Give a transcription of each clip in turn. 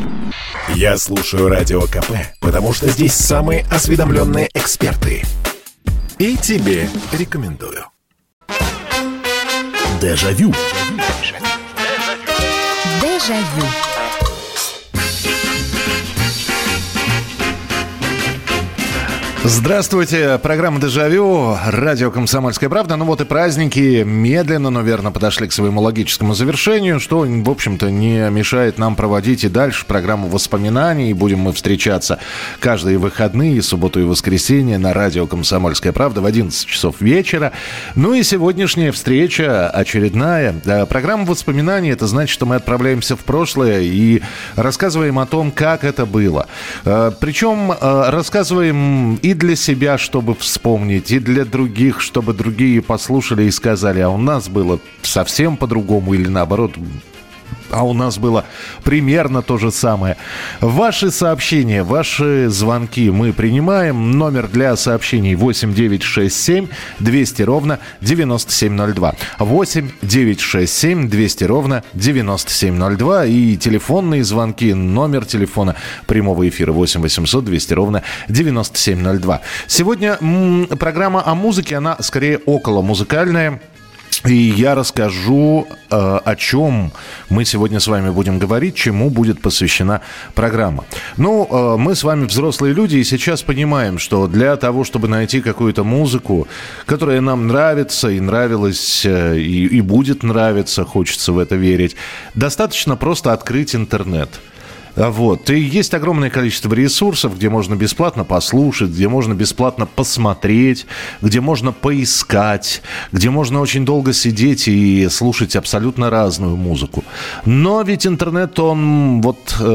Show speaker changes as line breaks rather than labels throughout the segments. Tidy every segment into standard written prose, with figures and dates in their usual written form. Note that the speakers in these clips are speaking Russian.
Я слушаю Радио КП, потому что здесь самые осведомленные эксперты. И тебе рекомендую. Дежавю.
Дежавю.
Здравствуйте, программа «Дежавю», радио «Комсомольская правда». Ну вот и праздники медленно, но верно подошли к своему логическому завершению, что, в общем-то, не мешает нам проводить и дальше программу воспоминаний. Будем мы встречаться каждые выходные, субботу и воскресенье на радио «Комсомольская правда» в 11 часов вечера. Ну и сегодняшняя встреча очередная. Программа воспоминаний – это значит, что мы отправляемся в прошлое и рассказываем о том, как это было. Причем рассказываем и для себя, чтобы вспомнить, и для других, чтобы другие послушали и сказали, а у нас было совсем по-другому или наоборот, а у нас было примерно то же самое. Ваши сообщения, ваши звонки мы принимаем. Номер для сообщений 8 967 200 ровно 9702. 8 967 200 ровно 9702. И телефонные звонки, номер телефона прямого эфира 8 800 200 ровно 9702. Сегодня программа о музыке, она скорее околомузыкальная. И я расскажу, о чем мы сегодня с вами будем говорить, чему будет посвящена программа. Ну, мы с вами взрослые люди, и сейчас понимаем, что для того, чтобы найти какую-то музыку, которая нам нравится и нравилась, и будет нравиться, хочется в это верить, достаточно просто открыть интернет. Вот. И есть огромное количество ресурсов, где можно бесплатно послушать, где можно бесплатно посмотреть, где можно поискать, где можно очень долго сидеть и слушать абсолютно разную музыку. Но ведь интернет, он,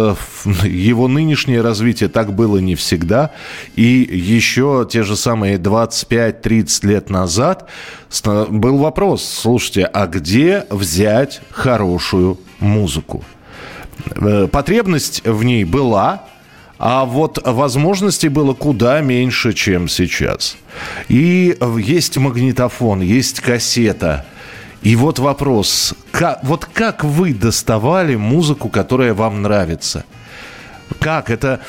его нынешнее развитие так было не всегда. И еще те же самые 25-30 лет назад был вопрос, слушайте, а где взять хорошую музыку? Потребность в ней была, а вот возможностей было куда меньше, чем сейчас. И есть магнитофон, есть кассета. И вот вопрос, как вы доставали музыку, которая вам нравится? Как это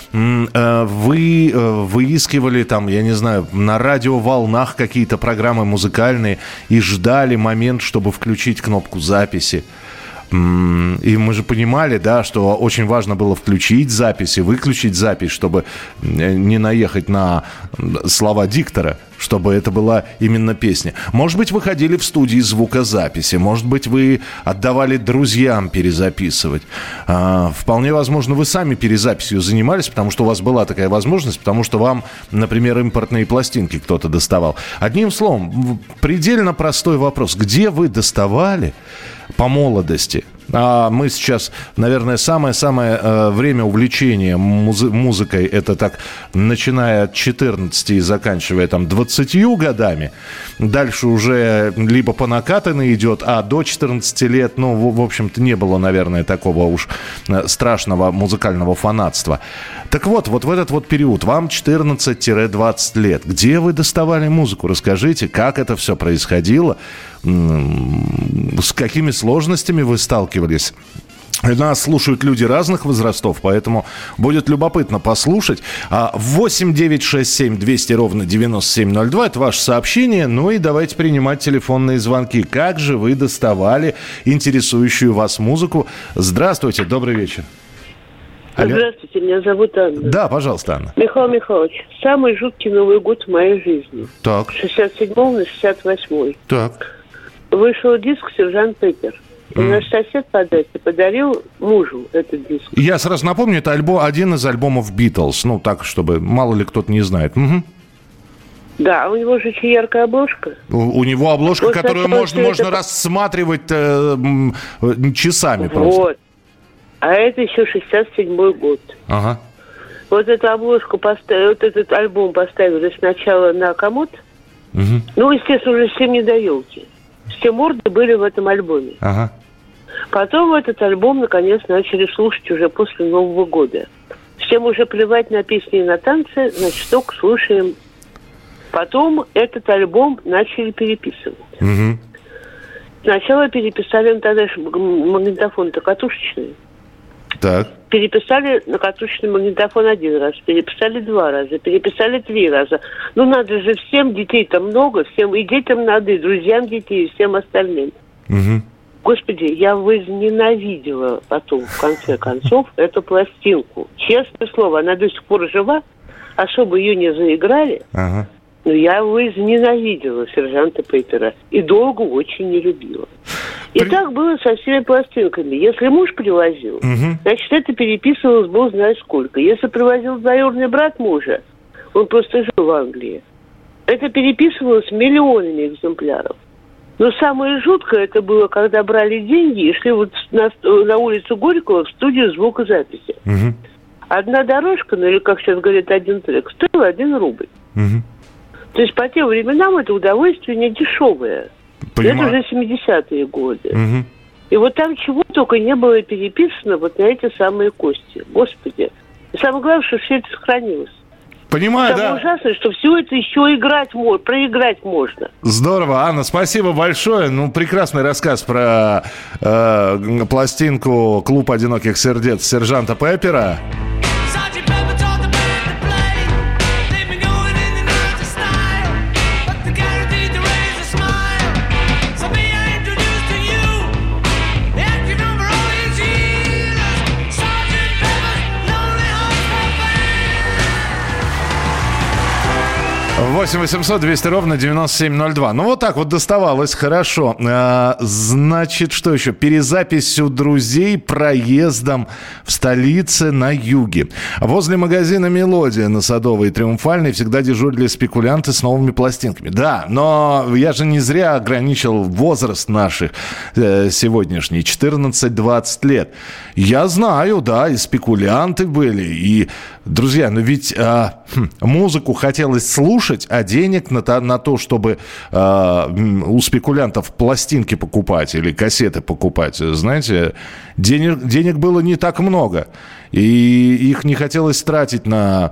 вы выискивали там, я не знаю, на радиоволнах какие-то программы музыкальные и ждали момент, чтобы включить кнопку записи? И мы же понимали, да, что очень важно было включить запись и выключить запись, чтобы не наехать на слова диктора, чтобы это была именно песня. Может быть, вы ходили в студии звукозаписи, может быть, вы отдавали друзьям перезаписывать. Вполне возможно, вы сами перезаписью занимались, потому что у вас была такая возможность, потому что вам, например, импортные пластинки кто-то доставал. Одним словом, предельно простой вопрос. Где вы доставали по молодости? А мы сейчас, наверное, самое время увлечения музыкой, это так, начиная от 14 и заканчивая там 20 годами. Дальше уже либо по накатанной идет, а до 14 лет, ну, в общем-то, не было, наверное, такого уж страшного музыкального фанатства. Так вот в этот вот период, вам 14-20 лет, где вы доставали музыку? Расскажите, как это все происходило, с какими сложностями вы сталкивались? Нас слушают люди разных возрастов, поэтому будет любопытно послушать. 8 967 200 ровно 9702 – это ваше сообщение. Ну и давайте принимать телефонные звонки. Как же вы доставали интересующую вас музыку? Здравствуйте, добрый вечер. Алло.
Здравствуйте, меня зовут Анна.
Да, пожалуйста, Анна.
Михаил Михайлович, самый жуткий Новый год в моей жизни.
Так.
С 67-го на 68-й.
Так.
Вышел диск «Сержант Пеппер». И наш сосед по даче подарил мужу этот диск.
Я сразу напомню, это один из альбомов «Битлз». Ну, так, чтобы мало ли кто-то не знает. Угу.
Да, у него же очень яркая обложка.
У него обложка,
вот,
которую можно рассматривать часами просто.
Вот. А это еще 67-й год.
Ага.
Вот эту обложку вот этот альбом поставили сначала на комод.
Угу.
Ну, естественно, уже всем не до елки. Все морды были в этом альбоме.
Ага.
Потом этот альбом, наконец, начали слушать уже после Нового года. Всем уже плевать на песни и на танцы, значит, только слушаем. Потом этот альбом начали переписывать.
Угу.
Сначала переписали, он тогда же магнитофон-то катушечный.
Так.
Переписали на катушечный магнитофон 1 раз, переписали 2 раза, переписали 3 раза. Ну, надо же всем, детей-то много, всем и детям надо, и друзьям детей, и всем остальным.
Угу.
Господи, я возненавидела потом, в конце концов, эту пластинку. Честное слово, она до сих пор жива, особо ее не заиграли.
Ага.
Но я возненавидела сержанта Пеппера и долго очень не любила. И так было со всеми пластинками. Если муж привозил, значит, это переписывалось бог знает сколько. Если привозил двоюродный брат мужа, он просто жил в Англии, это переписывалось миллионами экземпляров. Но самое жуткое это было, когда брали деньги и шли вот на улицу Горького в студию звукозаписи.
Угу.
Одна дорожка, ну или, как сейчас говорят, один трек, стоила 1 рубль.
Угу.
То есть по тем временам это удовольствие не дешевое.
Понимаю.
Это уже 70-е годы.
Угу.
И вот там чего только не было переписано вот на эти самые кости. Господи. И самое главное, что все это сохранилось.
Понимаю,
Самое
да.
ужасное, что все это еще проиграть можно.
Здорово, Анна, спасибо большое. Ну, прекрасный рассказ про пластинку «Клуб одиноких сердец» сержанта Пеппера. Восемь 800 200 ровно 9702. Ну, вот так вот доставалось. Хорошо. Значит, что еще? Перезапись у друзей проездом в столице на юге. Возле магазина «Мелодия» на Садовой и Триумфальной всегда дежурили спекулянты с новыми пластинками. Да, но я же не зря ограничил возраст наших сегодняшний. 14-20 лет. Я знаю, да, и спекулянты были. И, друзья, но ведь музыку хотелось слушать, а денег на то, чтобы у спекулянтов пластинки покупать или кассеты покупать, знаете, денег было не так много. И их не хотелось тратить на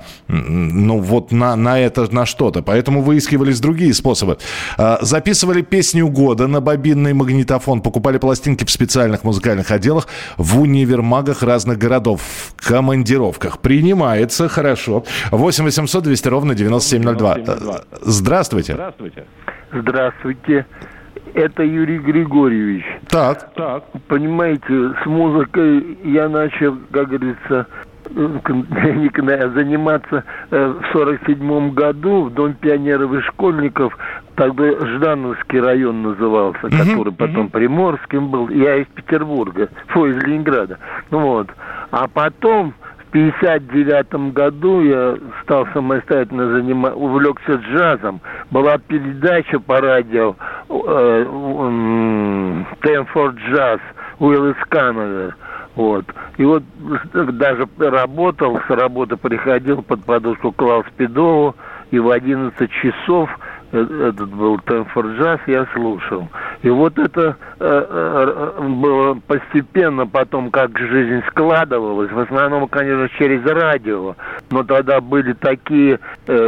это, на что-то. Поэтому выискивались другие способы. Записывали песню года на бобинный магнитофон, покупали пластинки в специальных музыкальных отделах в универмагах разных городов, в командировках. Принимается, хорошо. 8 800 200 ровно 9702. Здравствуйте.
Здравствуйте. Это Юрий Григорьевич.
Так.
Понимаете, с музыкой я начал, как говорится, заниматься в 47 году в Дом пионеров и школьников. Тогда Ждановский район назывался, который потом Приморским был. Я из Петербурга, из Ленинграда. А потом в 59 году я стал самостоятельно увлекся джазом. Была передача по радио «Time for Jazz» Уиллис Каннелли. И вот даже работал, с работы приходил, под подушку клал спидолу, и в 11 часов этот был «Time for Jazz», я слушал. И вот это было постепенно потом, как жизнь складывалась. В основном, конечно, через радио. Но тогда были такие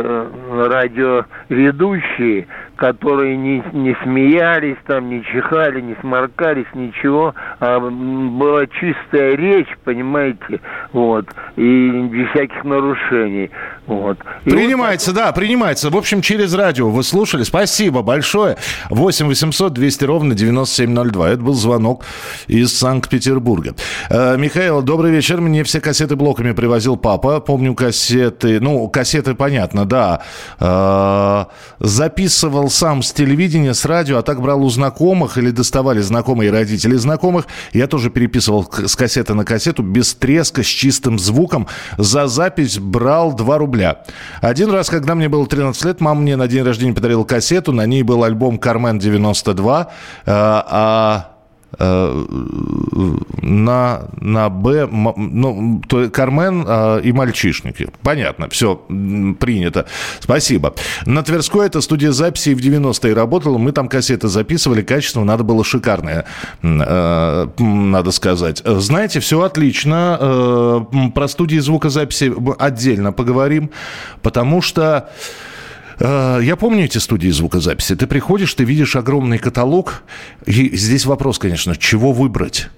радиоведущие, которые не смеялись, там, не чихали, не сморкались, ничего. А была чистая речь, понимаете, и без всяких нарушений. И
принимается, да, принимается. В общем, через радио вы слушали. Спасибо большое. 8 800 200 ровно 9702. Это был звонок из Санкт-Петербурга. Михаил, добрый вечер. Мне все кассеты блоками привозил папа. Помню кассеты. Кассеты, понятно, да. Записывал сам с телевидения, с радио, а так брал у знакомых или доставали знакомые родители знакомых. Я тоже переписывал с кассеты на кассету без треска, с чистым звуком. За запись брал 2 рубля. Один раз, когда мне было 13 лет, мама мне на день рождения подарила кассету. На ней был альбом «Кармен 92», на «Б», «Кармен» и «Мальчишники». Понятно, все принято. Спасибо. На Тверской эта студия записи в 90-е работала. Мы там кассеты записывали, качество надо было шикарное, надо сказать. Знаете, все отлично. Про студии звукозаписи отдельно поговорим, потому что я помню эти студии звукозаписи. Ты приходишь, ты видишь огромный каталог. И здесь вопрос, конечно, чего выбрать?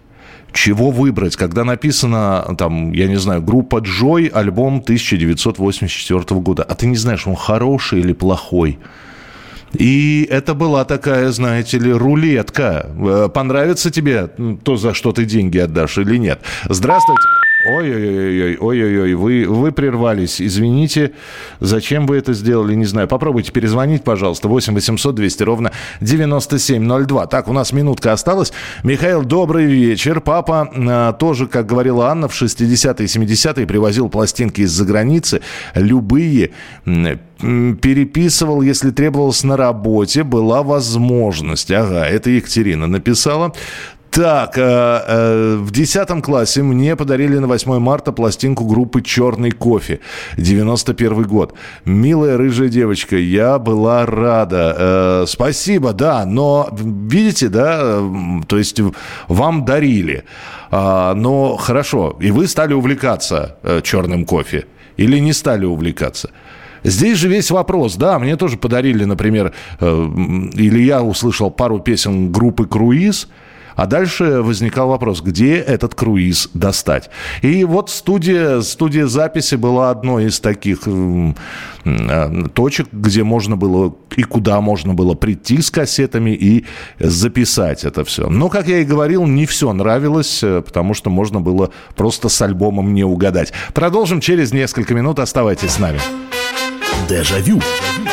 Чего выбрать, когда написано, там, я не знаю, группа Джой, альбом 1984 года, а ты не знаешь, он хороший или плохой. И это была такая, знаете ли, рулетка. Понравится тебе то, за что ты деньги отдашь или нет? Здравствуйте. Ой-ой-ой, вы прервались. Извините, зачем вы это сделали, не знаю. Попробуйте перезвонить, пожалуйста. 8 800 200 ровно 9702. Так, у нас минутка осталась. Михаил, добрый вечер. Папа тоже, как говорила Анна, в 60-е и 70-е привозил пластинки из-за границы. Любые. Переписывал, если требовалось на работе. Была возможность. Ага, это Екатерина написала. Так, в 10 классе мне подарили на 8 марта пластинку группы «Черный кофе», 91 год. Милая рыжая девочка, я была рада. Спасибо, да, но, видите, да, то есть вам дарили. Но хорошо, и вы стали увлекаться «Черным кофе» или не стали увлекаться? Здесь же весь вопрос, да, мне тоже подарили, например, или я услышал пару песен группы «Круиз», а дальше возникал вопрос, где этот круиз достать. И вот студия записи была одной из таких точек, где можно было и куда можно было прийти с кассетами и записать это все. Но, как я и говорил, не все нравилось, потому что можно было просто с альбомом не угадать. Продолжим через несколько минут. Оставайтесь с нами.
Дежавю.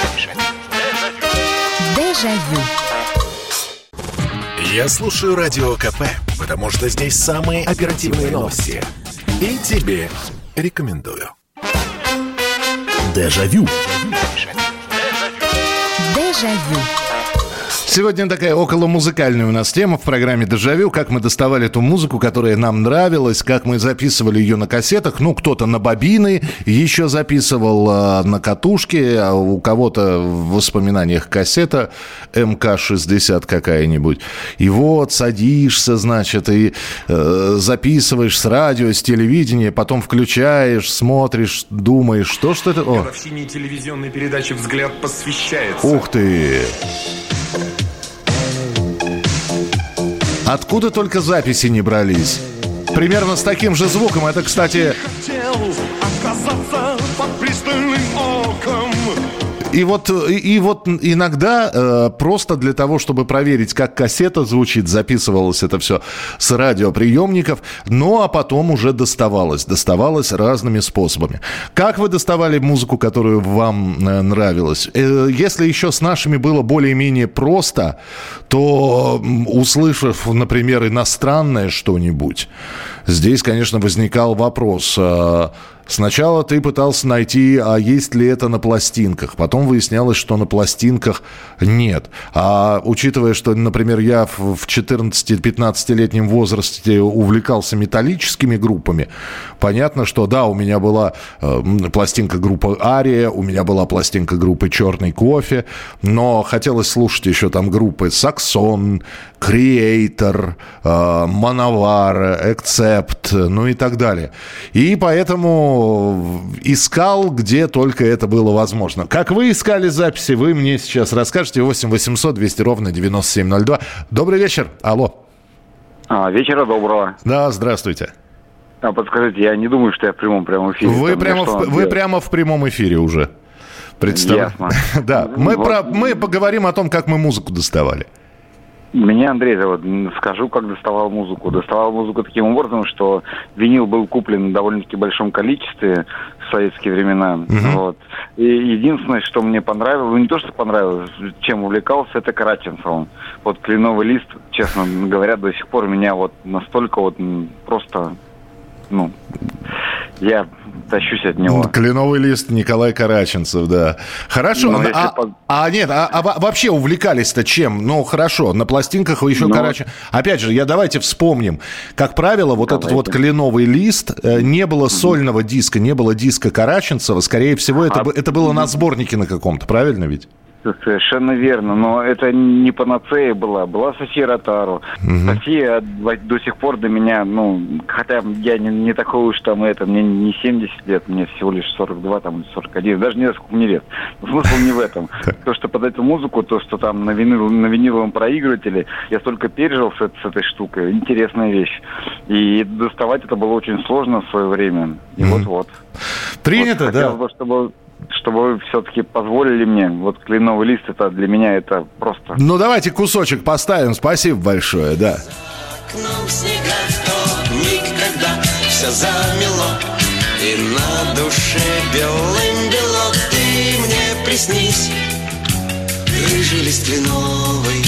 Дежавю.
Я слушаю Радио КП, потому что здесь самые оперативные новости. И тебе рекомендую. Дежавю.
Дежавю.
Сегодня такая околомузыкальная у нас тема в программе «Дежавю». Как мы доставали эту музыку, которая нам нравилась, как мы записывали ее на кассетах. Ну, кто-то на бобины еще записывал, на катушке, а у кого-то в воспоминаниях кассета МК-60 какая-нибудь. И вот садишься, значит, и записываешь с радио, с телевидения, потом включаешь, смотришь, думаешь, что ж это...
В синей телевизионной передаче «Взгляд» посвящается.
Ух ты! Откуда только записи не брались. Примерно с таким же звуком. Это, кстати...
Хотел оказаться под пристальным оком.
И вот иногда просто для того, чтобы проверить, как кассета звучит, записывалось это все с радиоприемников, ну а потом уже доставалось разными способами. Как вы доставали музыку, которую вам нравилась? Если еще с нашими было более-менее просто, то, услышав, например, иностранное что-нибудь, здесь, конечно, возникал вопрос. Сначала ты пытался найти, а есть ли это на пластинках. Потом выяснялось, что на пластинках нет. А учитывая, что, например, я в 14-15-летнем возрасте увлекался металлическими группами, понятно, что да, у меня была пластинка группы «Ария», у меня была пластинка группы «Черный кофе», но хотелось слушать еще там группы «Саксон», «Креатор», «Мановар», «Экцепт», ну и так далее. И поэтому искал, где только это было возможно. Как вы искали записи, вы мне сейчас расскажете. 8 800 200 ровно 9702. Добрый вечер. Алло.
Вечера доброго.
Да, здравствуйте.
Подскажите, я не думаю, что я в прямом эфире.
Вы прямо в прямом эфире уже.
Ясно.
Да, мы поговорим о том, как мы музыку доставали.
Меня, Андрей, зовут. Скажу, как доставал музыку. Доставал музыку таким образом, что винил был куплен в довольно-таки большом количестве в советские времена. Uh-huh. Вот. И единственное, что мне понравилось, ну не то, что понравилось, чем увлекался, это Караченцевым. Вот «Кленовый лист», честно говоря, до сих пор меня вот настолько вот просто, ну, я тащусь от него.
«Кленовый лист», Николай Караченцев, да. Хорошо. Вообще увлекались-то чем? Ну, хорошо, на пластинках вы еще Караченцев. Опять же, давайте вспомним. Как правило, этот вот «Кленовый лист», не было сольного диска, не было диска Караченцева. Скорее всего, это было на сборнике на каком-то, правильно ведь?
Совершенно верно, но это не панацея была София Ротару. София до сих пор до меня, хотя я не такой уж там мне не 70 лет, мне всего лишь 42 или 41, даже не знаю, сколько мне лет. Но смысл не в этом. То, что под эту музыку, то, что там на виниловом проигрывателе, я столько пережил с этой штукой, интересная вещь. И доставать это было очень сложно в свое время. И вот-вот.
Принято, да.
Хотелось бы, чтобы вы все-таки позволили мне. Вот «Кленовый лист» это для меня это просто...
Ну, давайте кусочек поставим. Спасибо большое, да.
За окном снега в тот миг, когда все замело, и на душе белым-бело, ты мне приснись, рыжий лист кленовый.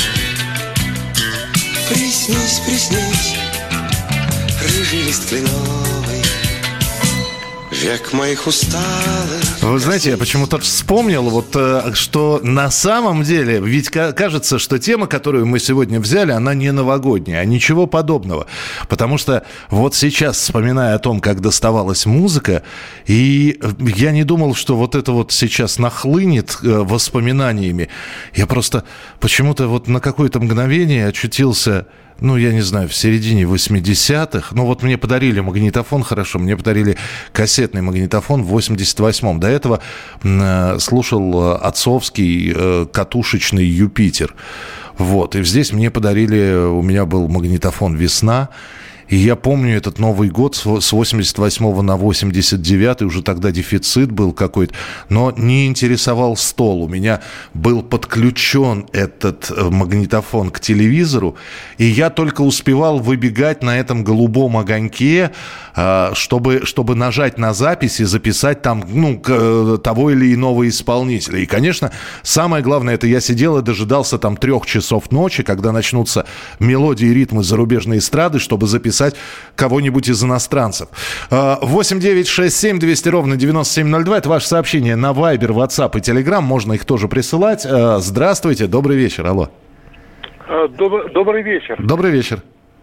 Приснись, приснись, рыжий лист кленовый. Век моих усталых.
Вы знаете, я почему-то вспомнил, что на самом деле, ведь кажется, что тема, которую мы сегодня взяли, она не новогодняя, а ничего подобного. Потому что вот сейчас, вспоминая о том, как доставалась музыка, и я не думал, что вот это вот сейчас нахлынет воспоминаниями. Я просто почему-то на какое-то мгновение очутился... я не знаю, в середине 80-х. Мне подарили магнитофон, хорошо, мне подарили кассетный магнитофон в 88-м. До этого слушал отцовский катушечный «Юпитер». И здесь мне подарили, у меня был магнитофон «Весна». И я помню этот Новый год с 88 на 89, уже тогда дефицит был какой-то, но не интересовал стол. У меня был подключен этот магнитофон к телевизору, и я только успевал выбегать на этом голубом огоньке, чтобы нажать на запись и записать там того или иного исполнителя. И, конечно, самое главное, это я сидел и дожидался 3 часов ночи, когда начнутся мелодии и ритмы зарубежной эстрады, чтобы записать кого-нибудь из иностранцев. 8 9 6 7 200 ровно 9702. Это ваше сообщение на Viber, WhatsApp и Telegram. Можно их тоже присылать. Здравствуйте, добрый вечер. Алло.
Добрый вечер.
Добрый вечер.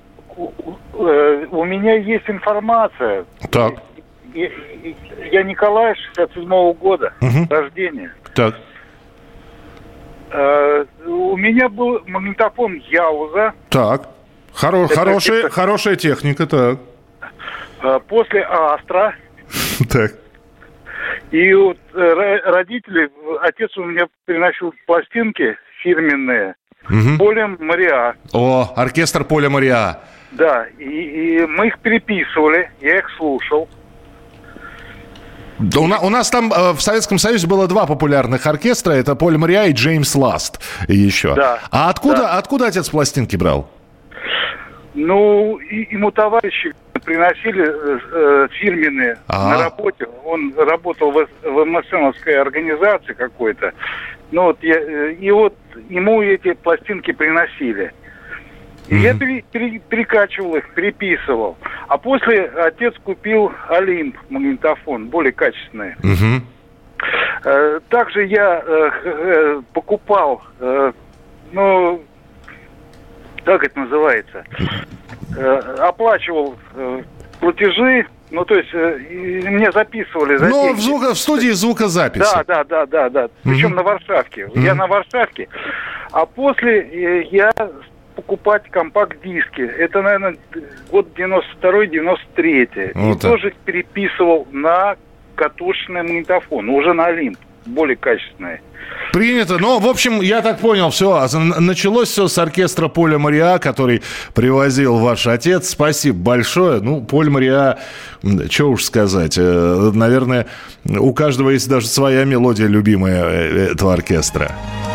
У меня есть информация.
Так.
Я Николай, 67-го года рождения.
Так.
У меня был магнитофон Яуза.
Так. Хорошая техника, так.
После Астра.
Так.
И родители, отец у меня приносил пластинки фирменные. Поля Мариа.
О, оркестр Поля Мариа.
Да, и мы их переписывали, я их слушал.
Да, у нас там в Советском Союзе было 2 популярных оркестра. Это Поль Мариа и Джеймс Ласт еще. Да. А откуда отец пластинки брал?
Ему товарищи приносили фирменные на работе. Он работал в МСНовской организации какой-то. Ему эти пластинки приносили. И я перекачивал их, переписывал. А после отец купил Олимп магнитофон, более качественный. Также я покупал, как это называется, оплачивал платежи, мне записывали за деньги.
В студии звукозаписи.
Да. Причем на Варшавке. Я на Варшавке. А после я покупать компакт-диски. Это, наверное, год 92-93. И тоже переписывал на катушечный магнитофон, уже на Олимп, более качественный.
Принято. В общем, я так понял, все. Началось все с оркестра Поля Мариа, который привозил ваш отец. Спасибо большое. Поль Мариа, что уж сказать. Наверное, у каждого есть даже своя мелодия любимая этого оркестра.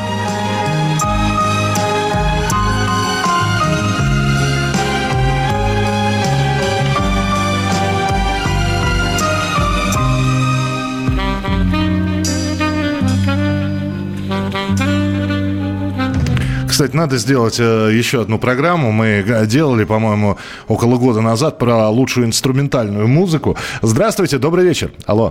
Кстати, надо сделать еще одну программу. Мы делали, по-моему, около года назад про лучшую инструментальную музыку. Здравствуйте, добрый вечер. Алло.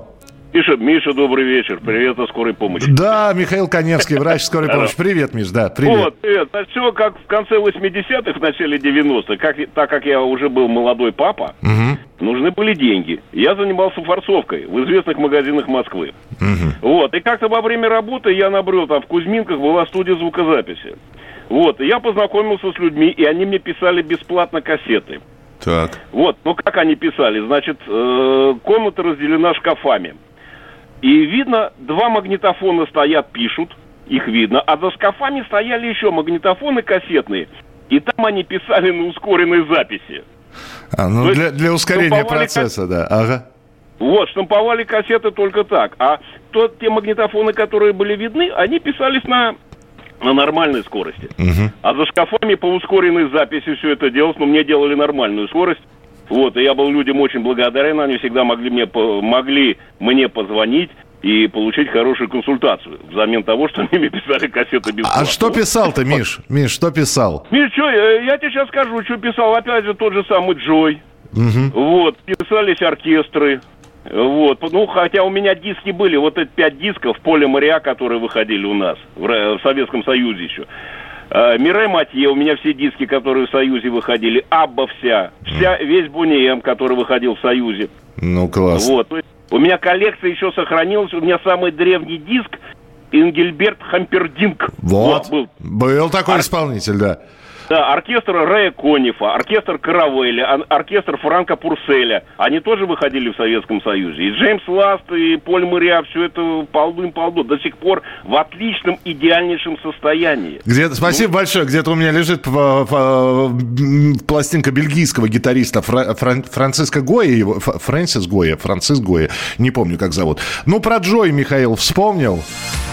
Миша, добрый вечер. Привет от скорой помощи.
Да, Михаил Коневский, врач скорой помощи. Привет, Миш, да, привет.
Вот, привет. Все как в конце 80-х, в начале 90-х. Так как я уже был молодой папа, нужны были деньги. Я занимался форцовкой в известных магазинах Москвы. Вот, и как-то во время работы я набрел, там в Кузьминках была студия звукозаписи. Вот, и я познакомился с людьми, и они мне писали бесплатно кассеты.
Так.
Вот, ну как они писали? Значит, комната разделена шкафами. И видно, 2 магнитофона стоят, пишут, их видно, а за шкафами стояли еще магнитофоны кассетные, и там они писали на ускоренной записи.
Для ускорения процесса, да. Ага.
Вот, штамповали кассеты только так. А те магнитофоны, которые были видны, они писались на нормальной скорости. А за шкафами по ускоренной записи все это делалось, но мне делали нормальную скорость. Вот, и я был людям очень благодарен, они всегда могли мне позвонить и получить хорошую консультацию, взамен того, что они мне писали кассеты бесплатно.
А что писал-то, Миш? Миш, что писал?
Миш, я тебе сейчас скажу, что писал. Опять же, тот же самый Джой. Вот, писались оркестры. Вот, ну, хотя у меня диски были, вот эти 5 дисков «Поле моря», которые выходили у нас в Советском Союзе еще. Мирей Матье, у меня все диски, которые в Союзе выходили, Абба весь Бони М, который выходил в Союзе.
Ну, класс.
Вот, у меня коллекция еще сохранилась, у меня самый древний диск Энгельберт Хампердинк.
Вот, был такой исполнитель, да.
Да, оркестр Рэя Конифа, оркестр Каравелли, оркестр Франка Пурселя. Они тоже выходили в Советском Союзе. И Джеймс Ласт, и Поль Моря, все это полным-полно. До сих пор в отличном, идеальнейшем состоянии.
Спасибо большое. Где-то у меня лежит пластинка бельгийского гитариста Францис Гоя. Не помню, как зовут. Ну, про Джой, Михаил, вспомнил.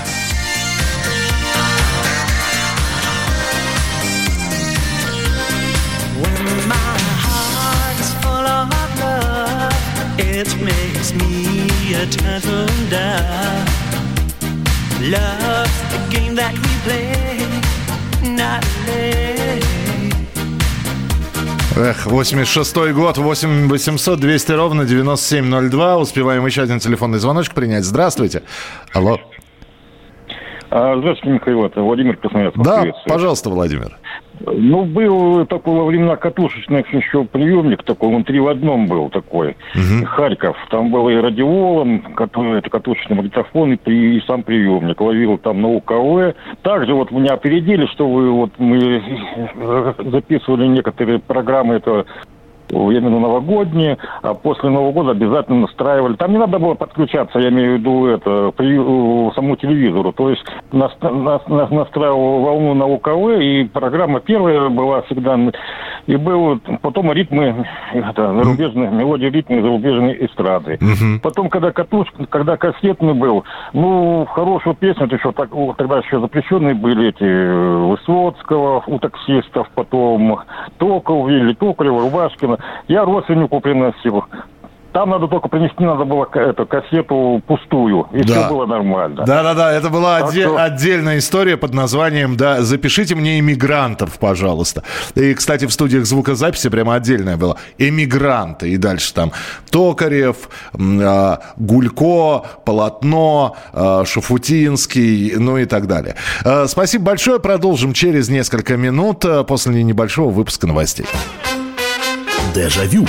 Эх, 86-й год, 8 800 200 ровно 9702. Успеваем еще один телефонный звоночек принять. Здравствуйте. Алло.
Здравствуйте, Михаил, это Владимир Красноярск.
Да, пожалуйста, Владимир.
Ну, был такой во времена катушечных еще приемник такой, он 3 в 1 был такой, Харьков. Там был и радиолом, это катушечный магнитофон, и сам приемник. Ловил там на УКВ. Также вот меня опередили, что мы записывали некоторые программы, это именно новогодние, а после Нового года обязательно настраивали. Там не надо было подключаться, я имею в виду самому телевизору. То есть настраивал волну на УКВ, и программа первая была всегда. И был потом ритмы, зарубежные мелодии, ритмы зарубежной эстрады. Потом, когда кассетный был, хорошую песню, это еще тогда еще запрещенные были эти Высоцкого у таксистов, потом Токарева, Рубашкина. Я родственнику приносил. Там надо было эту кассету пустую, и все было нормально.
Да, это была отдельная история под названием «Запишите мне иммигрантов, пожалуйста». И, кстати, в студиях звукозаписи прямо отдельная была «Эмигранты». И дальше там Токарев, Гулько, Полотно, Шафутинский, ну и так далее. Спасибо большое. Продолжим через несколько минут после небольшого выпуска новостей.
Дежавю.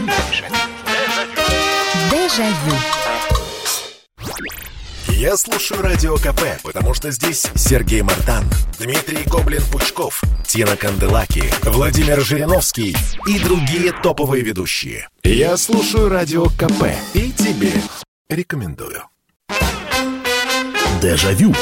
Дежавю.
Я слушаю Радио КП, потому что здесь Сергей Мартан, Дмитрий Гоблин-Пучков, Тина Канделаки, Владимир Жириновский и другие топовые ведущие. Я слушаю Радио КП и тебе рекомендую. Дежавю.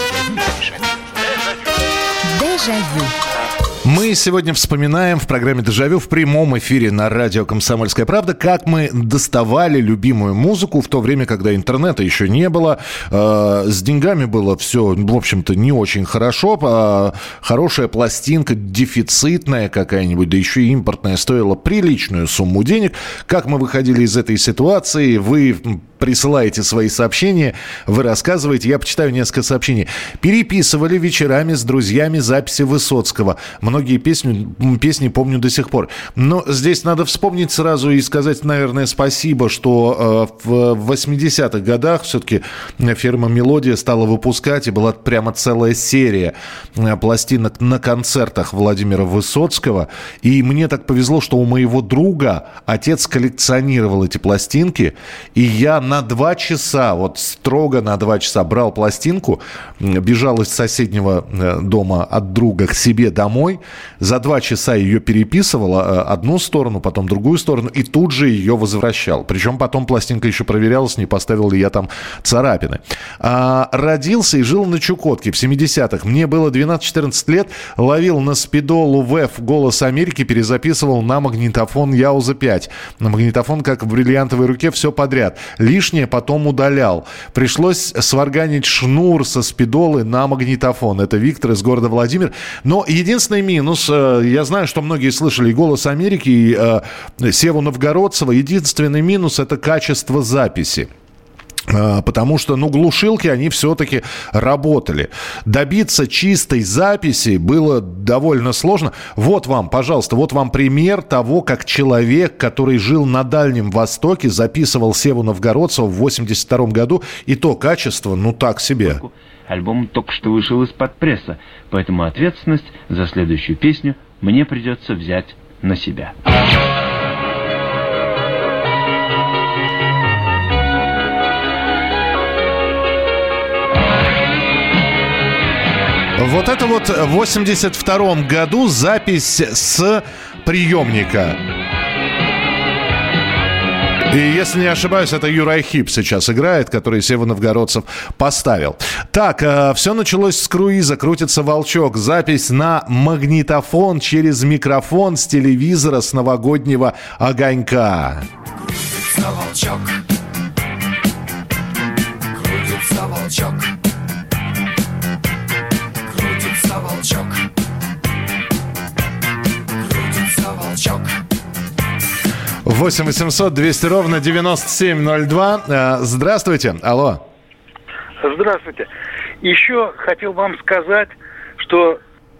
Дежавю.
Мы сегодня вспоминаем в программе «Дежавю» в прямом эфире на радио «Комсомольская правда», как мы доставали любимую музыку в то время, когда интернета еще не было. С деньгами было все, в общем-то, не очень хорошо. Хорошая пластинка, дефицитная какая-нибудь, да еще и импортная, стоила приличную сумму денег. Как мы выходили из этой ситуации, вы присылаете свои сообщения, вы рассказываете. Я почитаю несколько сообщений. Переписывали вечерами с друзьями записи Высоцкого. Многие песни помню до сих пор. Но здесь надо вспомнить сразу и сказать, наверное, спасибо, что в 80-х годах все-таки фирма «Мелодия» стала выпускать, и была прямо целая серия пластинок на концертах Владимира Высоцкого. И мне так повезло, что у моего друга отец коллекционировал эти пластинки, и я на 2 часа, вот строго на 2 часа брал пластинку, бежал из соседнего дома от друга к себе домой, за 2 часа ее переписывал одну сторону, потом другую сторону, и тут же ее возвращал. Причем потом пластинка еще проверялась, не поставил ли я там царапины. Родился и жил на Чукотке в 70-х. Мне было 12-14 лет, ловил на спидолу ВЭФ «Голос Америки», перезаписывал на магнитофон Яуза-5. На магнитофон, как в бриллиантовой руке, все подряд. Лишнее потом удалял. Пришлось сварганить шнур со спидолы на магнитофон. Это Виктор из города Владимир. Но единственный минус, я знаю, что многие слышали и «Голос Америки», и Севу Новгородцева. Единственный минус – это качество записи. Потому что, глушилки, они все-таки работали. Добиться чистой записи было довольно сложно. Вот вам, пожалуйста, вот вам пример того, как человек, который жил на Дальнем Востоке, записывал Севу Новгородцева в 82 году, и то качество, так себе.
Альбом только что вышел из-под пресса, поэтому ответственность за следующую песню мне придется взять на себя.
Вот это вот в 82-м году запись с приемника. И, если не ошибаюсь, это Юрай Хип сейчас играет, который Сева Новгородцев поставил. Так, все началось с круиза. Крутится волчок. Запись на магнитофон через микрофон с телевизора с новогоднего огонька.
Крутится волчок. Крутится волчок. Крутится волчок. Крутится волчок.
8 800 200 ровно 9702. Здравствуйте. Алло.
Здравствуйте. Еще хотел вам сказать, что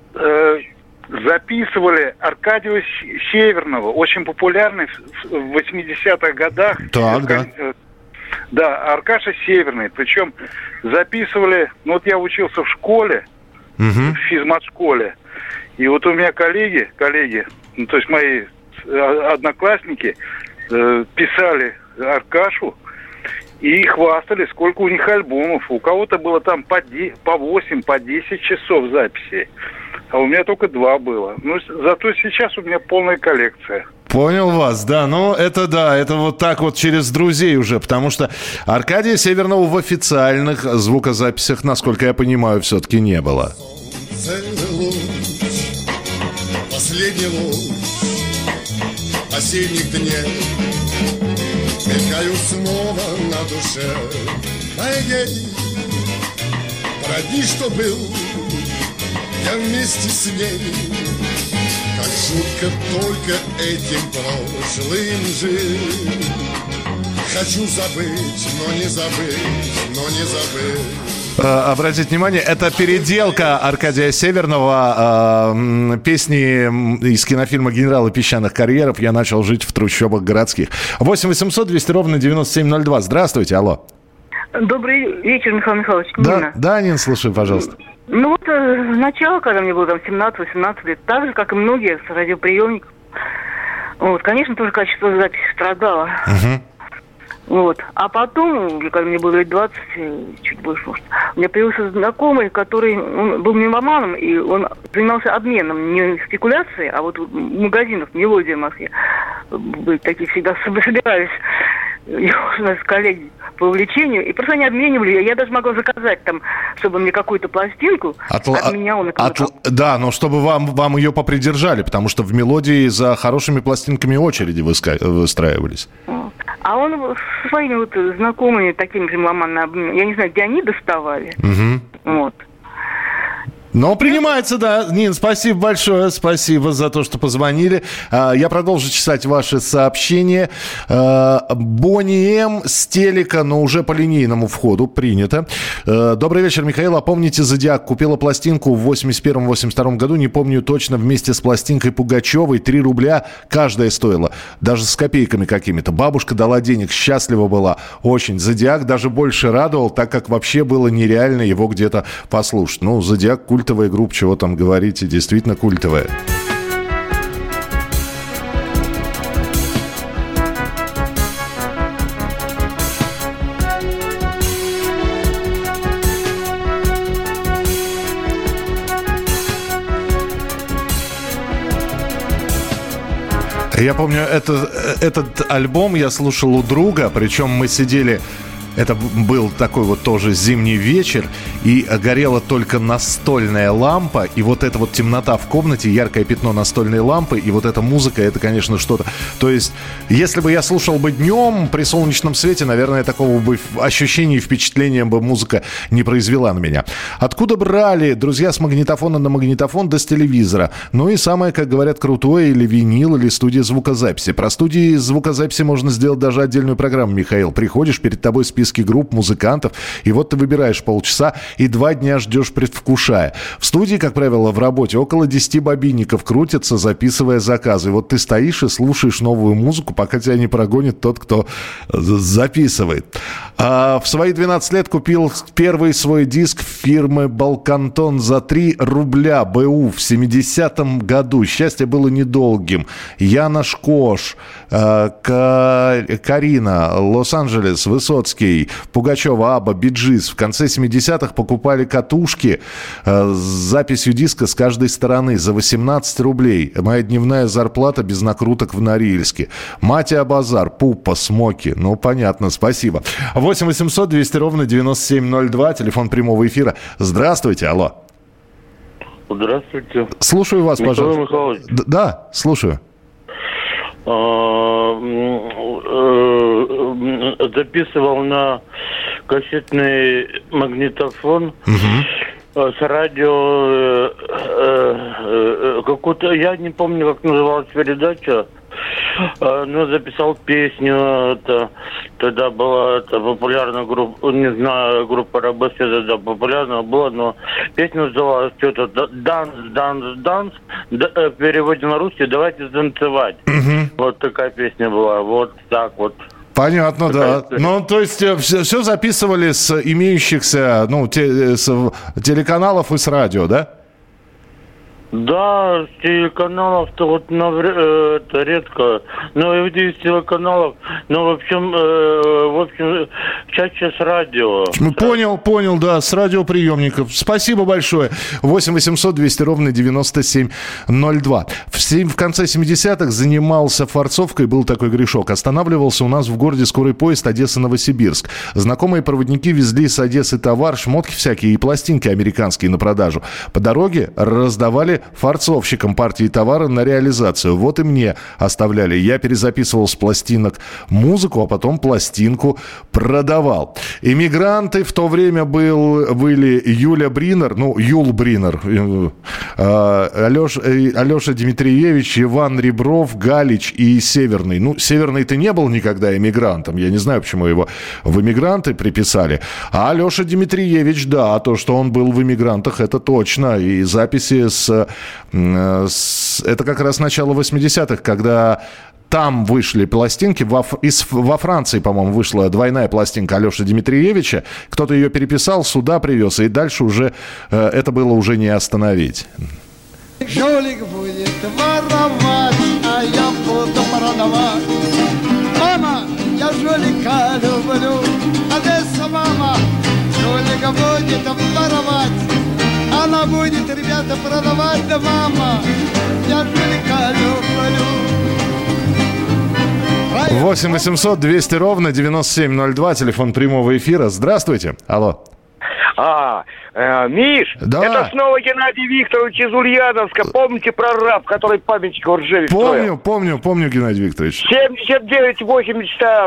записывали Аркадия Северного, очень популярный в 80-х годах.
Так, да.
Да, Аркаша Северный. Причем записывали... вот я учился в школе, в физмат-школе. И вот у меня коллеги, то есть мои одноклассники, писали Аркашу и хвастали, сколько у них альбомов. У кого-то было там по 8, по 10 часов записи. А у меня только 2 было. Зато сейчас у меня полная коллекция.
Понял вас, да. Это вот так вот через друзей уже, потому что Аркадия Северного в официальных звукозаписях, насколько я понимаю, все-таки не было.
Последний луч осенних дней, мелькаю снова на душе. Ай-яй, про дни, что был, я вместе с ней. Как жутко только этим прошлым жить. Хочу забыть, но не забыть.
Обратите внимание, это переделка Аркадия Северного песни из кинофильма «Генералы песчаных карьеров». Я начал жить в трущобах городских. 8 800 200 ровно 9702. Здравствуйте, алло.
Добрый вечер, Михаил Михайлович.
Нина. Да, Нин, слушай, пожалуйста.
Сначала, когда мне было 17-18 лет, так же, как и многие с радиоприемников, конечно, тоже качество записи страдало. А потом, когда мне было лет 20, чуть больше, может, у меня появился знакомый, который был меломаном, и он занимался обменом, не спекуляцией, а вот в магазинах «Мелодия» в Москве. Были такие всегда собирались у нас коллеги по увлечению, и просто они обменивали. Я даже могла заказать там, чтобы мне какую-то пластинку обменял на кого-то.
Да, но чтобы вам ее попридержали, потому что в «Мелодии» за хорошими пластинками очереди выстраивались.
А он со своими знакомыми, такими же меломанами, я не знаю, где они доставали.
Но принимается, да. Нин, спасибо большое. Спасибо за то, что позвонили. Я продолжу читать ваши сообщения. Бонни М. с телека, но уже по линейному входу. Принято. Добрый вечер, Михаил. А помните «Зодиак»? Купила пластинку в 81-82 году. Не помню точно. Вместе с пластинкой Пугачевой. 3 рубля каждая стоила. Даже с копейками какими-то. Бабушка дала денег. Счастлива была. Очень. «Зодиак» даже больше радовал, так как вообще было нереально его где-то послушать. Ну, «Зодиак» культовая группа, чего там говорите, действительно культовая. Я помню, этот альбом я слушал у друга, причем мы сидели... Это был такой вот тоже зимний вечер, и горела только настольная лампа, и вот эта вот темнота в комнате, яркое пятно настольной лампы, и вот эта музыка, это, конечно, что-то... То есть, если бы я слушал бы днем при солнечном свете, наверное, такого бы ощущения и впечатления бы музыка не произвела на меня. Откуда брали, друзья, с магнитофона на магнитофон до с телевизора? Ну и самое, как говорят, крутое, или винил, или студия звукозаписи. Про студии звукозаписи можно сделать даже отдельную программу, Михаил. Приходишь, перед тобой списки групп, музыкантов, и вот ты выбираешь полчаса и 2 дня ждешь, предвкушая. В студии, как правило, в работе около 10 бобинников крутятся, записывая заказы. И вот ты стоишь и слушаешь новую музыку, пока тебя не прогонит тот, кто записывает. А в свои 12 лет купил первый свой диск фирмы «Балкантон» за 3 рубля БУ в 70-м году. Счастье было недолгим. Яна Шкош, Карина, Лос-Анджелес, Высоцкий, Пугачева, Абба, Биджис. В конце 70-х покупали катушки с записью диска с каждой стороны за 18 рублей. Моя дневная зарплата без накруток в Норильске. Матиа Базар, Пуппа, Смоки. Ну, понятно, спасибо. 8 800 200 ровно 9702, телефон прямого эфира. Здравствуйте, алло.
Здравствуйте.
Слушаю вас,
Михаил
пожалуйста.
Михайлович.
Да, слушаю.
Записывал на кассетный магнитофон с радио какую-то, я не помню, как называлась передача, но записал песню. Это, тогда была популярная группа, не знаю, группа Робеси тогда популярная была, но песня называлась что-то «Данс», в переводе на русский «Давайте танцевать». Вот такая песня была, вот так вот.
Понятно, да. Ну, то есть все записывали с имеющихся с телеканалов и с радио, да?
Да, с телеканалов-то вот это редко. Но и из телеканалов, но в общем, чаще с радио.
Понял, да, с радиоприемников. Спасибо большое. 8 800 200 ровно 9702. В конце 70-х занимался форцовкой, был такой грешок. Останавливался у нас в городе скорый поезд Одесса-Новосибирск. Знакомые проводники везли с Одессы товар, шмотки всякие и пластинки американские на продажу. По дороге раздавали форцовщикам партии товара на реализацию. Вот и мне оставляли. Я перезаписывал с пластинок музыку, а потом пластинку продавал. Эмигранты в то время были Юля Бринер, Юл Бринер, Алеша Дмитриевич, Иван Ребров, Галич и Северный. Северный-то не был никогда эмигрантом. Я не знаю, почему его в эмигранты приписали. А Алеша Дмитриевич, да, то, что он был в эмигрантах, это точно. И записи это как раз начало 80-х, когда там вышли пластинки. Во Франции, по-моему, вышла двойная пластинка Алеши Дмитриевича. Кто-то ее переписал, сюда привез, и дальше уже это было уже не остановить.
Жулик будет воровать, а я буду продавать. Мама, я жулика люблю. Одесса, мама, жулика будет воровать. Она будет, ребята, продавать, да мама, я жулика люблю.
8 800 200 ровно 9702, телефон прямого эфира. Здравствуйте. Алло.
Миш,
да.
Это снова Геннадий Викторович из Ульяновска. Помните прораб, который памятник в Ржеве строил?
Помню, Геннадий Викторович.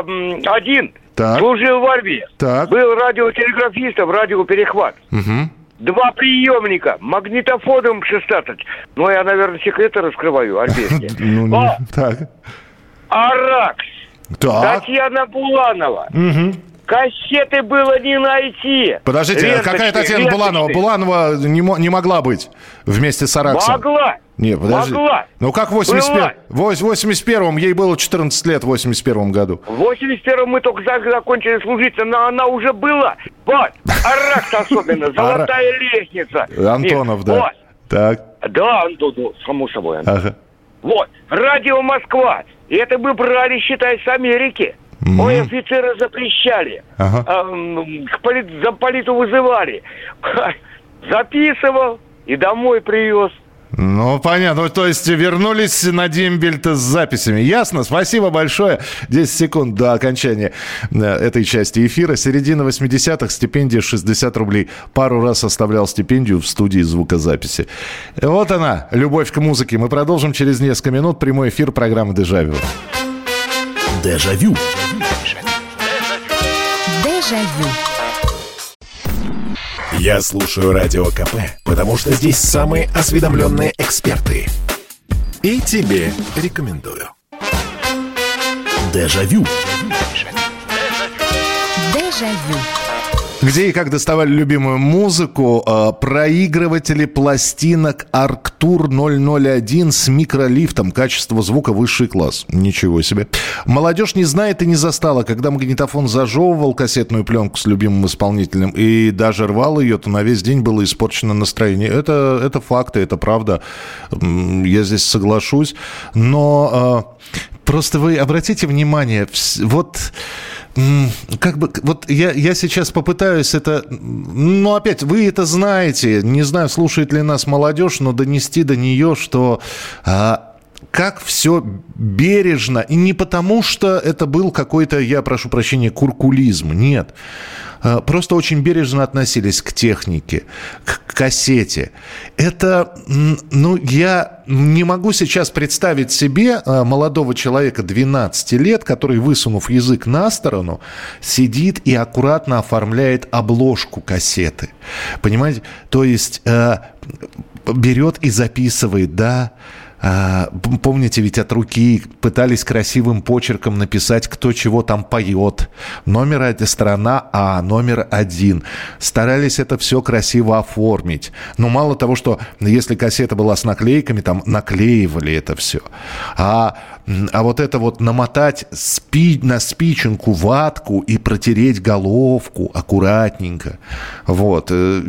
79-81.
Так.
Служил в армии.
Так.
Был радиотелеграфистом, радиоперехват.
Угу.
2 приемника, магнитофоном 16. Ну, я, наверное, секреты раскрываю, армейские.
Так.
Аракс. Татьяна Буланова. Кассеты было не найти.
Подождите, какая Татьяна Буланова? Буланова не могла быть вместе с Араксом.
Могла.
Не, подожди.
Могла.
Ну как в 81-м? Ей было 14 лет в 81-м году.
В 81-м мы только закончили служить, но она уже была. Вот, Аракс особенно, золотая лестница.
Антонов, да.
Вот.
Так.
Да, Антонов, само собой.
Ага.
Вот, радио Москва. И это мы брали, считай, с Америки. Ой, офицеры запрещали. Замполиту вызывали. Записывал и домой привез.
Ну, понятно. То есть вернулись на дембель-то с записями. Ясно. Спасибо большое. 10 секунд до окончания этой части эфира. Середина 80-х. Стипендия 60 рублей. Пару раз оставлял стипендию в студии звукозаписи. Вот она, любовь к музыке. Мы продолжим через несколько минут. Прямой эфир программы «Дежавю».
Дежавю.
Дежавю.
Я слушаю Радио КП, потому что здесь самые осведомленные эксперты. И тебе рекомендую. Дежавю.
Дежавю.
Где и как доставали любимую музыку? Проигрыватели пластинок Arctur 001 с микролифтом. Качество звука высший класс. Ничего себе. Молодежь не знает и не застала, когда магнитофон зажевывал кассетную пленку с любимым исполнителем и даже рвал ее, то на весь день было испорчено настроение. Это факты, это правда. Я здесь соглашусь. Но просто вы обратите внимание, вот... Как бы, вот я сейчас попытаюсь это, ну, опять, вы это знаете, не знаю, слушает ли нас молодежь, но донести до нее, что как все бережно, и не потому, что это был какой-то, я прошу прощения, куркулизм, нет. Просто очень бережно относились к технике, к кассете. Это, ну, я не могу сейчас представить себе молодого человека 12 лет, который, высунув язык на сторону, сидит и аккуратно оформляет обложку кассеты. Понимаете? То есть берет и записывает, да. Помните, ведь от руки пытались красивым почерком написать, кто чего там поет. Сторона А, номер 1. Старались это все красиво оформить. Но мало того, что если кассета была с наклейками, там наклеивали это все. А вот это вот намотать на спиченку ватку и протереть головку аккуратненько. Вот.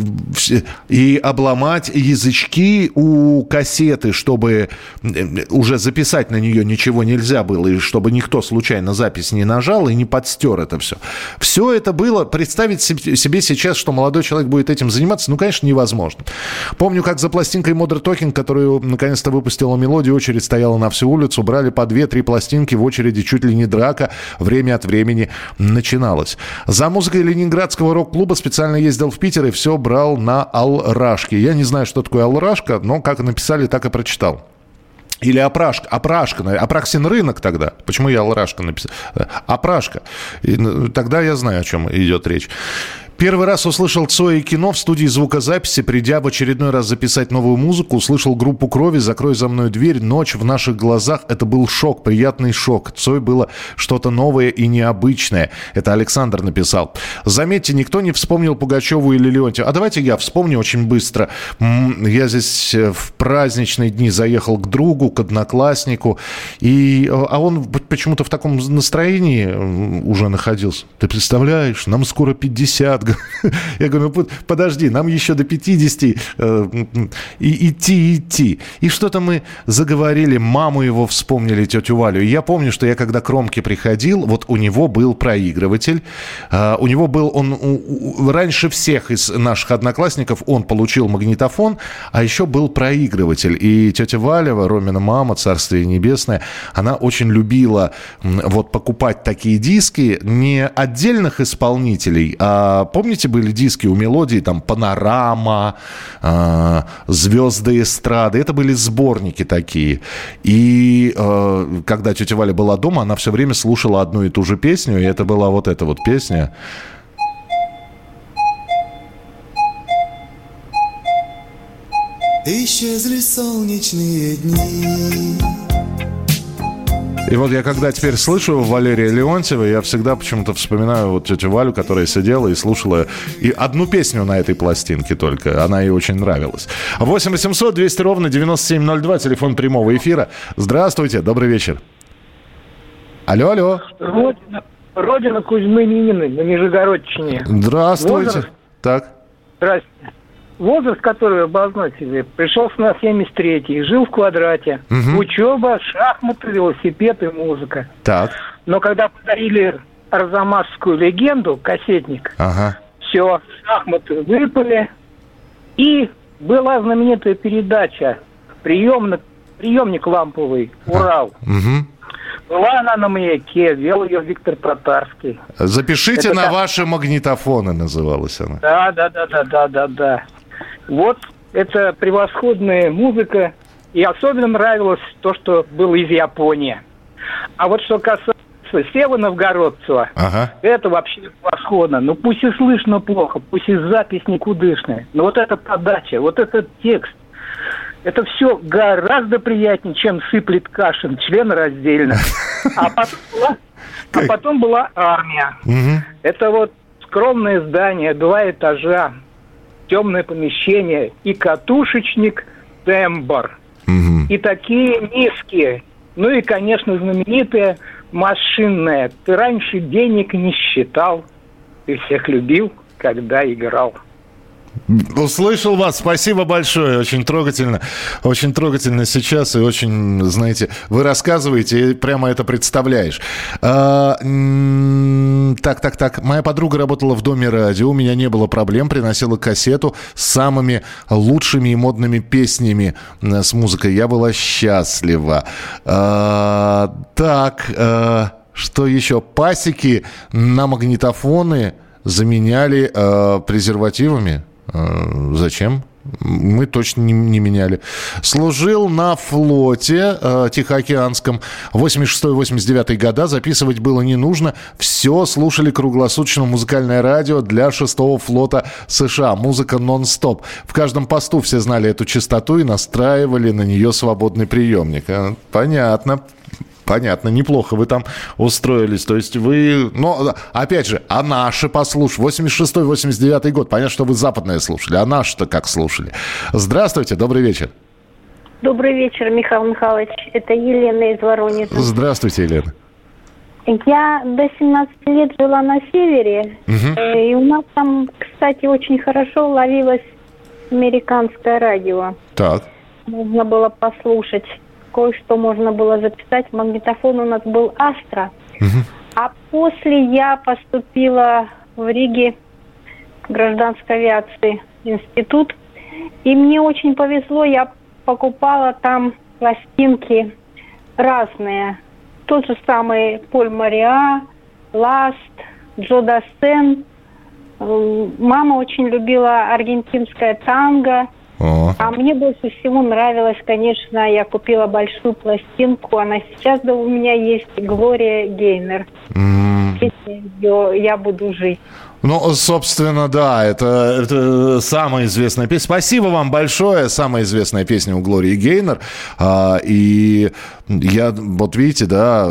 И обломать язычки у кассеты, чтобы уже записать на нее ничего нельзя было, и чтобы никто случайно запись не нажал и не подстер это все. Все это было. Представить себе сейчас, что молодой человек будет этим заниматься, ну, конечно, невозможно. Помню, как за пластинкой Modern Talking, которую наконец-то выпустила «Мелодия», очередь стояла на всю улицу, брали по 2-3 пластинки, в очереди чуть ли не драка, время от времени начиналась. За музыкой ленинградского рок-клуба специально ездил в Питер и все брал на алрашке. Я не знаю, что такое алрашка, но как написали, так и прочитал. Или опрашка, Апраксин рынок тогда. Почему я алрашка написал? Опрашка. Тогда я знаю, о чем идет речь. Первый раз услышал Цоя и Кино в студии звукозаписи. Придя в очередной раз записать новую музыку, услышал группу Крови «Закрой за мной дверь». Ночь в наших глазах. Это был шок, приятный шок. Цой было что-то новое и необычное. Это Александр написал. Заметьте, никто не вспомнил Пугачеву или Леонтьева. А давайте я вспомню очень быстро. Я здесь в праздничные дни заехал к другу, к однокласснику. А он почему-то в таком настроении уже находился. Ты представляешь, нам скоро 50. Я говорю, ну подожди, нам еще до 50 идти. И что-то мы заговорили, маму его вспомнили, тетю Валю. И я помню, что я когда к Ромке приходил, вот у него был проигрыватель. У него был, раньше всех из наших одноклассников он получил магнитофон, а еще был проигрыватель. И тетя Валя, Ромина мама, царствие небесное, она очень любила вот покупать такие диски не отдельных исполнителей, а помните, были диски у «Мелодии», там «Панорама», «Звезды эстрады». Это были сборники такие. И когда тетя Валя была дома, она все время слушала одну и ту же песню, и это была вот эта вот песня.
исчезли солнечные дни.
И вот я когда теперь слышу Валерия Леонтьева, я всегда почему-то вспоминаю вот тетю Валю, которая сидела и слушала и одну песню на этой пластинке только. Она ей очень нравилась. 8 800 200 ровно 9702, телефон прямого эфира. Здравствуйте, добрый вечер. Алло.
Родина Кузьмы Мининой на Нижегородчине.
Здравствуйте.
Возраст?
Так.
Здравствуйте. Возраст, который обозначили, пришелся на 73-й, жил в квадрате.
Угу.
Учеба, шахматы, велосипед и музыка.
Так.
Но когда подарили Арзамасскую легенду, кассетник, все, шахматы выпали. И была знаменитая передача «Приемник ламповый. Урал».
Угу.
Была она на «Маяке», вел ее Виктор Татарский.
«Запишите на ваши магнитофоны» называлась она.
Да. Вот это превосходная музыка. И особенно нравилось то, что было из Японии. А вот что касается Севы Новгородцева, это вообще превосходно. Ну пусть и слышно плохо, пусть и запись никудышная. Но вот эта подача, вот этот текст, это все гораздо приятнее, чем сыплет Кашин, членораздельно. А потом была армия. Это вот скромное здание, 2 этажа, темное помещение и катушечник тембр. И такие низкие. Ну и, конечно, знаменитая машинная. Ты раньше денег не считал, ты всех любил, когда играл.
Услышал вас, спасибо большое, очень трогательно сейчас, и очень, знаете, вы рассказываете, и прямо это представляешь. Так, моя подруга работала в Доме радио, у меня не было проблем, приносила кассету с самыми лучшими и модными песнями с музыкой, я была счастлива. Что еще? Пасеки на магнитофоны заменяли презервативами. Зачем? Мы точно не меняли. Служил на флоте Тихоокеанском. 86-89 года. Записывать было не нужно. Все слушали круглосуточно музыкальное радио для 6-го флота США. Музыка нон-стоп. В каждом посту все знали эту частоту и настраивали на нее свободный приемник. Понятно, неплохо вы там устроились. То есть вы... Но, опять же, а наши послушали. 86-89 год. Понятно, что вы западное слушали. А наши-то как слушали? Здравствуйте, добрый вечер.
Добрый вечер, Михаил Михайлович. Это Елена из Воронежа.
Здравствуйте, Елена.
Я до 17 лет жила на севере. И у нас там, кстати, очень хорошо ловилось американское радио.
Так.
Можно было послушать. Кое-что можно было записать. Магнитофон у нас был «Астра». А после я поступила в Риге в гражданской авиации институт. И мне очень повезло. Я покупала там пластинки разные. Тот же самый Поль Мариа, Ласт, Джо Дассен. Мама очень любила аргентинское танго. А мне больше всего нравилось, конечно, я купила большую пластинку. Она сейчас у меня есть, Глория Гейнер. «Я буду жить».
Ну, собственно, да, это самая известная песня. Спасибо вам большое. Самая известная песня у Глории Гейнер. И я, вот видите, да,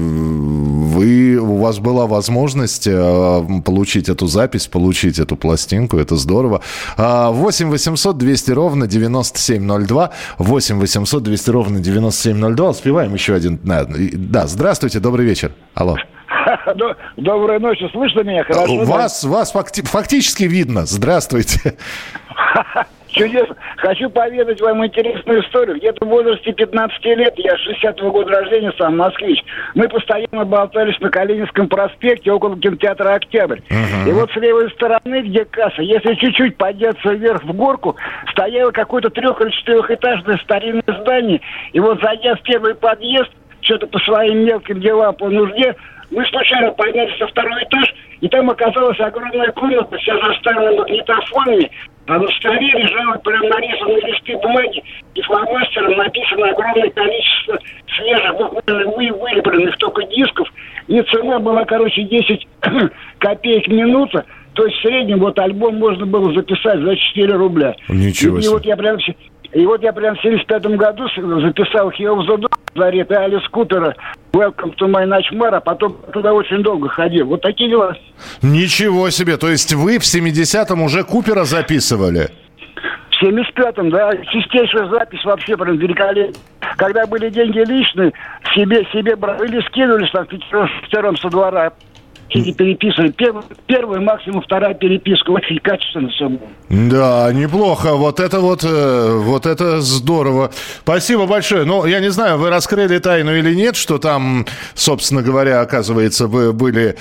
у вас была возможность получить эту запись, получить эту пластинку. Это здорово. 8 800 200 ровно 9702. 8 800 200 ровно 9702. Успеваем еще один. Да, здравствуйте, добрый вечер. Алло.
Доброй ночи, слышно меня хорошо?
Вас фактически видно. Здравствуйте.
Чудесно. Хочу поведать вам интересную историю. Где-то в возрасте 15 лет, я 60-го года рождения, сам москвич, мы постоянно болтались на Калининском проспекте около кинотеатра «Октябрь». И вот с левой стороны, где касса, если чуть-чуть подняться вверх в горку, стояло какое-то 3- или 4-этажное старинное здание. И вот зайдя в первый подъезд, что-то по своим мелким делам, по нужде, мы случайно поднялись на 2-й этаж, и там оказалась огромная комната, вся заставлена магнитофонами, а на столе лежало прям нарезанные листы бумаги, и фломастером написано огромное количество свежих, буквально вылепленных только дисков, и цена была, 10 копеек минута, то есть в среднем вот альбом можно было записать за 4 рубля.
Ничего себе.
И вот я прям И вот я прям в 75-м году записал «Here of the Dawn» Зарет и Алис Купера «Welcome to my nightmare», а потом туда очень долго ходил. Вот такие дела.
Ничего себе! То есть вы в 70-м уже Купера записывали?
В 75-м, да. Чистейшая запись вообще прям великолепная. Когда были деньги личные, себе брали или скинулись там вчетвером со двора. И переписывали. Первая, максимум вторая переписка. Очень качественно все было.
Да, неплохо. Вот это здорово. Спасибо большое. Ну, я не знаю, вы раскрыли тайну или нет, что там, собственно говоря, оказывается, вы были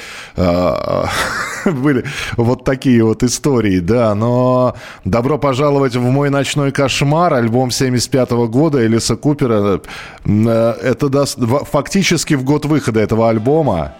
вот такие вот истории, да. Но «Добро пожаловать в мой ночной кошмар», альбом 75-го года Элиса Купера, это даст фактически в год выхода этого альбома.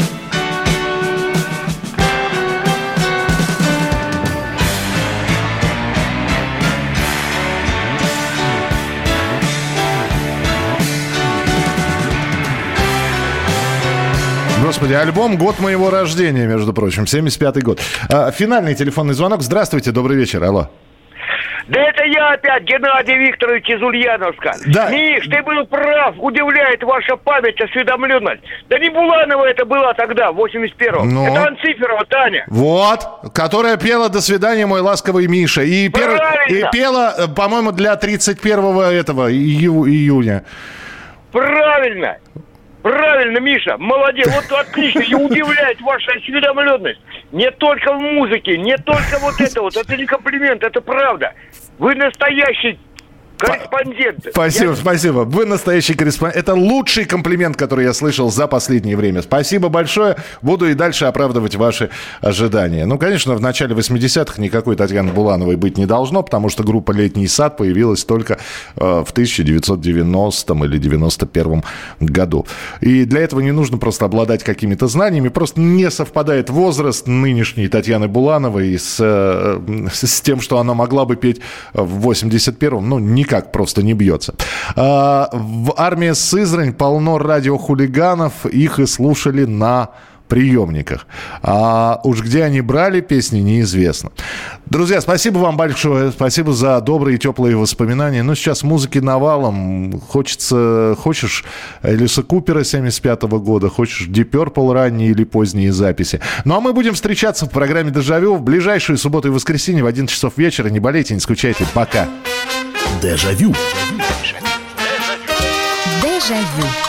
Господи, альбом «Год моего рождения», между прочим, 75-й год. Финальный телефонный звонок. Здравствуйте, добрый вечер, алло.
Да это я опять, Геннадий Викторович из Ульяновска.
Да.
Миш, ты был прав, удивляет ваша память, осведомленность. Да не Буланова это была тогда, в 81-м.
Но...
Это Анциферова Таня.
Вот, которая пела «До свидания, мой ласковый Миша». И пела, по-моему, для 31-го июня.
Правильно. Правильно, Миша, молодец, вот отлично, и удивляет ваша осведомленность. Не только в музыке, не только вот это не комплимент, это правда. Вы настоящий корреспондент.
Спасибо. Вы настоящий корреспондент. Это лучший комплимент, который я слышал за последнее время. Спасибо большое. Буду и дальше оправдывать ваши ожидания. Ну, конечно, в начале 80-х никакой Татьяны Булановой быть не должно, потому что группа «Летний сад» появилась только в 1990 или 91 году. И для этого не нужно просто обладать какими-то знаниями. Просто не совпадает возраст нынешней Татьяны Булановой с тем, что она могла бы петь в 81-м. Ну, никак просто не бьется. В армии Сызрань полно радиохулиганов. Их и слушали на приемниках. А уж где они брали песни, неизвестно. Друзья, спасибо вам большое. Спасибо за добрые, теплые воспоминания. Ну, сейчас музыки навалом. Хочешь Элиса Купера 75-го года, хочешь Deep Purple ранние или поздние записи. Ну, а мы будем встречаться в программе «Дежавю» в ближайшие субботу и воскресенье в 11 часов вечера. Не болейте, не скучайте. Пока.
Дежавю.
Дежавю.